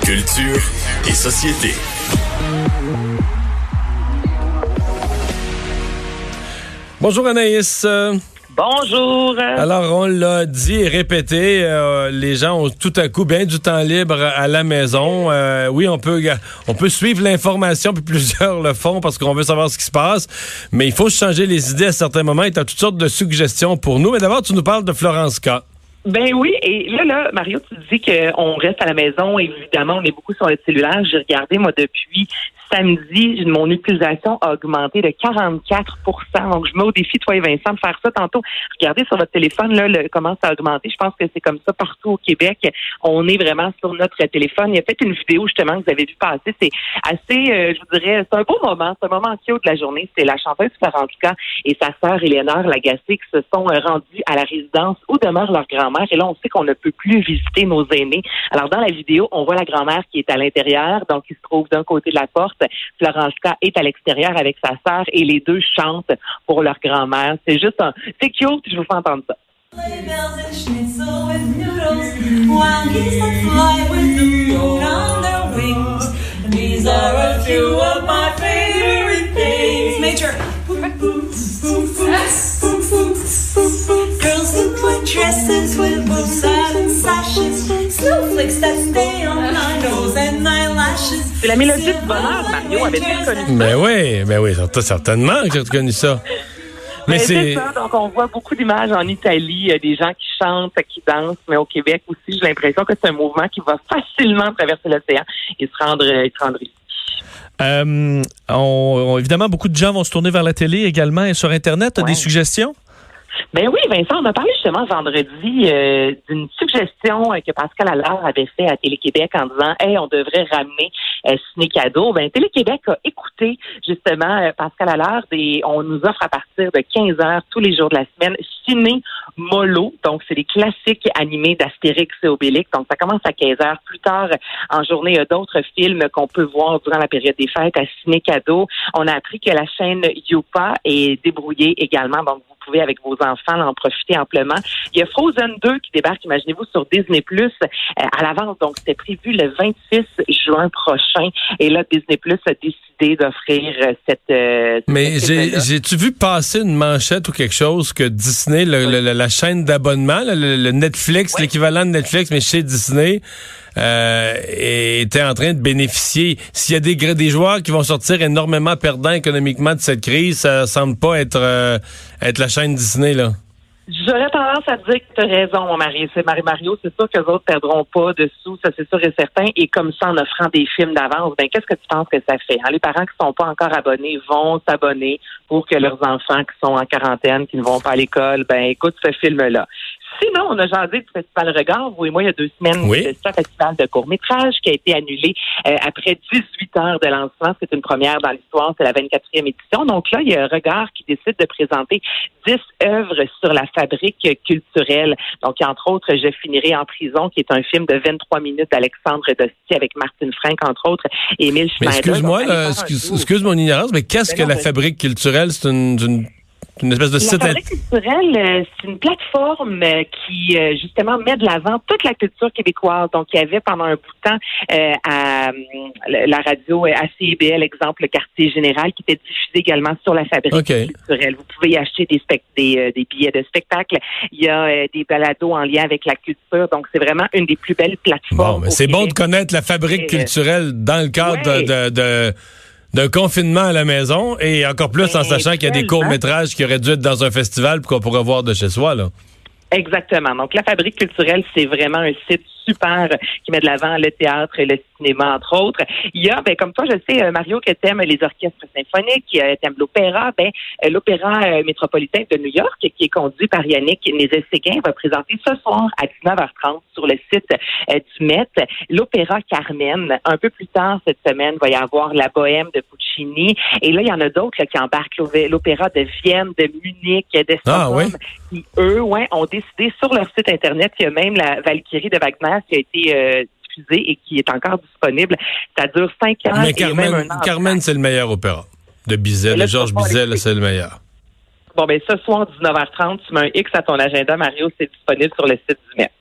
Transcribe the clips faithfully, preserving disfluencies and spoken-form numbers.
Culture et société. Bonjour Anaïs. Bonjour. Alors, on l'a dit et répété, euh, les gens ont tout à coup bien du temps libre à la maison. Euh, oui, on peut on peut suivre l'information, puis plusieurs le font parce qu'on veut savoir ce qui se passe, mais il faut changer les idées à certains moments et tu as toutes sortes de suggestions pour nous. Mais d'abord, tu nous parles de Florence K. Ben oui, et là, là, Mario, tu dis qu'on reste à la maison. Évidemment, on est beaucoup sur le cellulaire. J'ai regardé, moi, depuis samedi, mon utilisation a augmenté de quarante-quatre pour cent. Donc, je mets au défi, toi et Vincent, de faire ça tantôt. Regardez sur votre téléphone, là, le, comment ça a augmenté. Je pense que c'est comme ça partout au Québec. On est vraiment sur notre téléphone. Il y a peut-être une vidéo, justement, que vous avez vu passer. C'est assez, euh, je vous dirais, c'est un beau moment. C'est un moment cute de la journée. C'est la chanteuse Florence K et sa sœur Éléonore Lagacé qui se sont euh, rendus à la résidence où demeure leur grand-mère. Et là, on sait qu'on ne peut plus visiter nos aînés. Alors, dans la vidéo, on voit la grand-mère qui est à l'intérieur, donc qui se trouve d'un côté de la porte. Florence K est à l'extérieur avec sa sœur et les deux chantent pour leur grand-mère. C'est juste un... C'est cute, je vous fais entendre ça. These are a few of my favorite things. Major. Girls in white dresses with bows and sashes. Snowflakes that stay on my nose and eyelashes. C'est la mélodie du bonheur, Mario. Avait-tu connu ça? Ben oui, ben oui, certainement que j'ai reconnu ça. Mais c'est ça, donc on voit beaucoup d'images en Italie, euh, des gens qui chantent, qui dansent, mais au Québec aussi, j'ai l'impression que c'est un mouvement qui va facilement traverser l'océan et se rendre, et se rendre ici. Euh, on, on, évidemment, beaucoup de gens vont se tourner vers la télé également et sur Internet. Tu as ouais. des suggestions? Ben oui, Vincent, on a parlé justement vendredi euh, d'une suggestion euh, que Pascal Allard avait fait à Télé-Québec en disant « Hey, on devrait ramener euh, Ciné Cadeau ». Ben Télé-Québec a écouté justement euh, Pascal Allard et on nous offre à partir de quinze heures tous les jours de la semaine Ciné Mollo. Donc, c'est les classiques animés d'Astérix et Obélix. Donc, ça commence à quinze heures. Plus tard, en journée, il y a d'autres films qu'on peut voir durant la période des fêtes à Ciné Cadeau. On a appris que la chaîne Youpa est débrouillée également. Donc, vous pouvez, avec vos enfants, en profiter amplement. Il y a Frozen deux qui débarque, imaginez-vous, sur Disney plus euh, à l'avance. Donc, c'était prévu le vingt-six juin prochain. Et là, Disney plus a décidé d'offrir euh, cette... Euh, Mais cette j'ai, j'ai-tu vu passer une manchette ou quelque chose que Disney, le, oui. le, la chaîne d'abonnement, le, le Netflix, oui. l'équivalent de Netflix, mais chez Disney... Euh, était en train de bénéficier. S'il y a des, des joueurs qui vont sortir énormément perdants économiquement de cette crise, ça semble pas être euh, être la chaîne Disney, là. J'aurais tendance à dire que tu as raison, mon mari. C'est Marie-Mario, c'est sûr que les autres perdront pas de sous, ça c'est sûr et certain. Et comme ça, en offrant des films d'avance, ben qu'est-ce que tu penses que ça fait? Hein? Les parents qui sont pas encore abonnés vont s'abonner pour que leurs enfants qui sont en quarantaine, qui ne vont pas à l'école, ben écoute ce film-là. Sinon, on a jasé du Festival Regard, vous et moi, il y a deux semaines, oui. c'est un festival de court-métrage qui a été annulé euh, après dix-huit heures de lancement. C'est une première dans l'histoire, c'est la vingt-quatrième édition. Donc là, il y a un Regard qui décide de présenter dix œuvres sur la fabrique culturelle. Donc, entre autres, Je finirai en prison, qui est un film de vingt-trois minutes d'Alexandre Dostier avec Martine Franck, entre autres, et Émile Schneider. Mais excuse-moi, Donc, là, excuse, excuse mon ignorance, mais qu'est-ce mais que non, la mais... fabrique culturelle? C'est une... une... une espèce de la site... Fabrique culturelle, euh, c'est une plateforme euh, qui, euh, justement, met de l'avant toute la culture québécoise. Donc, il y avait pendant un bout de temps euh, à euh, la radio A C I B L, exemple, le Quartier Général, qui était diffusé également sur la Fabrique okay. culturelle. Vous pouvez y acheter des, spect- des, euh, des billets de spectacle. Il y a euh, des balados en lien avec la culture. Donc, c'est vraiment une des plus belles plateformes. Bon, mais c'est Québec. Bon de connaître la Fabrique Et, culturelle dans le cadre ouais. de... de, de... d'un confinement à la maison et encore plus ben, en sachant qu'il y a des courts-métrages qui auraient dû être dans un festival qu'on pourrait voir de chez soi, là. Exactement. Donc, la Fabrique culturelle, c'est vraiment un site super qui met de l'avant le théâtre et le cinéma, entre autres. Il y a, ben, comme toi, je sais, Mario, que t'aimes les orchestres symphoniques, euh, t'aimes l'opéra. Ben, euh, l'Opéra euh, métropolitain de New York, qui est conduit par Yannick Nézet-Séguin, va présenter ce soir à dix-neuf heures trente sur le site euh, du Met l'Opéra Carmen. Un peu plus tard cette semaine, il va y avoir La Bohème de Puccini. Et là, il y en a d'autres là, qui embarquent l'Opéra de Vienne, de Munich, de Stockholm, ah, oui? qui, eux, ouais, ont décidé sur leur site Internet, il y a même la Valkyrie de Wagner qui a été euh, diffusée et qui est encore disponible. Ça dure cinq ans. Mais Carmen, et même un Carmen c'est le meilleur opéra. De Bizet, de Georges Bizet, là, c'est le meilleur. Bon, ben ce soir, dix-neuf heures trente, tu mets un X à ton agenda, Mario, c'est disponible sur le site du Met.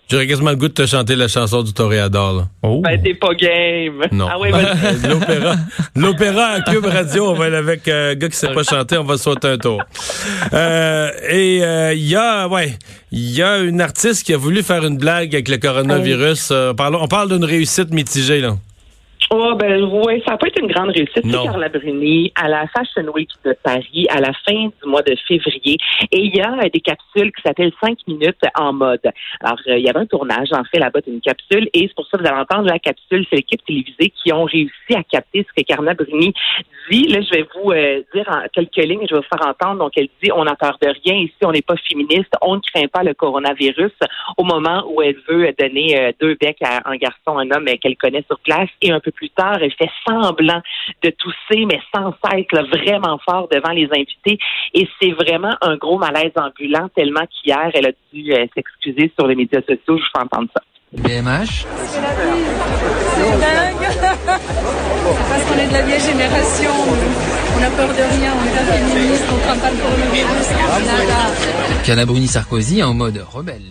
J'aurais quasiment le goût de te chanter la chanson du Toréador, là. Oh. Ben, t'es pas game. Non. Ah oui, vas-y. L'opéra. L'opéra à Cube Radio, on va aller avec euh, un gars qui sait pas chanter, on va sauter un tour. Euh, et il euh, y a, ouais, il y a une artiste qui a voulu faire une blague avec le coronavirus. Euh, parle- on parle d'une réussite mitigée, là. Oh, ben, oui, ça n'a pas été une grande réussite. Non. C'est Carla Bruni à la Fashion Week de Paris à la fin du mois de février. Et il y a euh, des capsules qui s'appellent cinq minutes en mode. Alors, euh, il y avait un tournage, en fait, là-bas d'une capsule. Et c'est pour ça que vous allez entendre la capsule. C'est l'équipe télévisée qui ont réussi à capter ce que Carla Bruni dit. Là, je vais vous euh, dire en quelques lignes, je vais vous faire entendre. Donc, elle dit, on n'a peur de rien. Ici, on n'est pas féministe. On ne craint pas le coronavirus. Au moment où elle veut donner euh, deux becs à un garçon, un homme euh, qu'elle connaît sur place. Et un peu plus tard, elle fait semblant de tousser, mais sans cesse, là, vraiment fort devant les invités. Et c'est vraiment un gros malaise ambulant, tellement qu'hier, elle a dû euh, s'excuser sur les médias sociaux. Je vous fais entendre ça. B M H. C'est dingue. Parce qu'on est de la vieille génération, on n'a peur de rien, on n'est pas féministe, on ne craint pas le coronavirus. Nada. Carla Bruni Sarkozy en mode rebelle.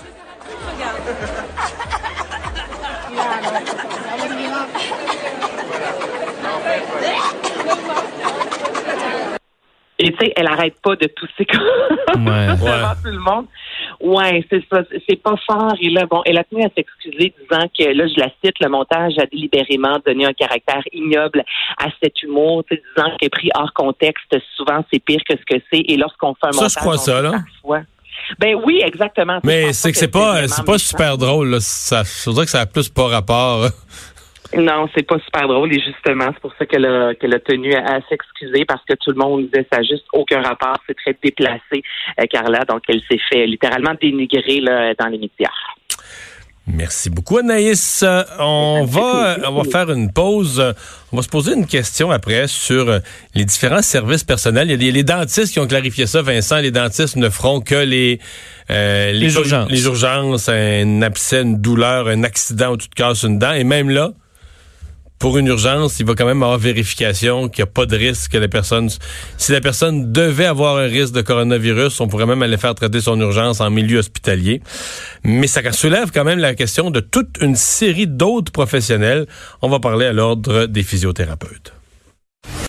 Et tu sais, elle arrête pas de tousser comme Ouais. devant tout le monde. Ouais, c'est ça. C'est pas fort. Et là, bon, elle a tenu à s'excuser, disant que, là, je la cite, le montage a délibérément donné un caractère ignoble à cet humour, tu sais, disant que pris hors contexte, souvent, c'est pire que ce que c'est. Et lorsqu'on fait un Ça, montage... je crois ça, là. Parfois, ben oui, exactement. Je Mais pense c'est que c'est pas, vraiment c'est pas méchant. super drôle, là. Ça, je dirais que ça a plus pas rapport. Non, c'est pas super drôle et justement, c'est pour ça qu'elle a, qu'elle a tenu à, à s'excuser parce que tout le monde disait ça n'a juste aucun rapport, c'est très déplacé, euh, Carla, donc elle s'est fait littéralement dénigrer là, dans les médias. Merci beaucoup, Anaïs. Euh, On va, euh, on va faire une pause. Euh, On va se poser une question après sur euh, les différents services personnels. Il y a les, les dentistes qui ont clarifié ça, Vincent. Les dentistes ne feront que les euh, Les urgences. les urgences, un abcès, une douleur, un accident où tu te casses une dent. Et même là, pour une urgence, il va quand même avoir vérification qu'il n'y a pas de risque que la personne... Si la personne devait avoir un risque de coronavirus, on pourrait même aller faire traiter son urgence en milieu hospitalier. Mais ça soulève quand même la question de toute une série d'autres professionnels. On va parler à l'ordre des physiothérapeutes.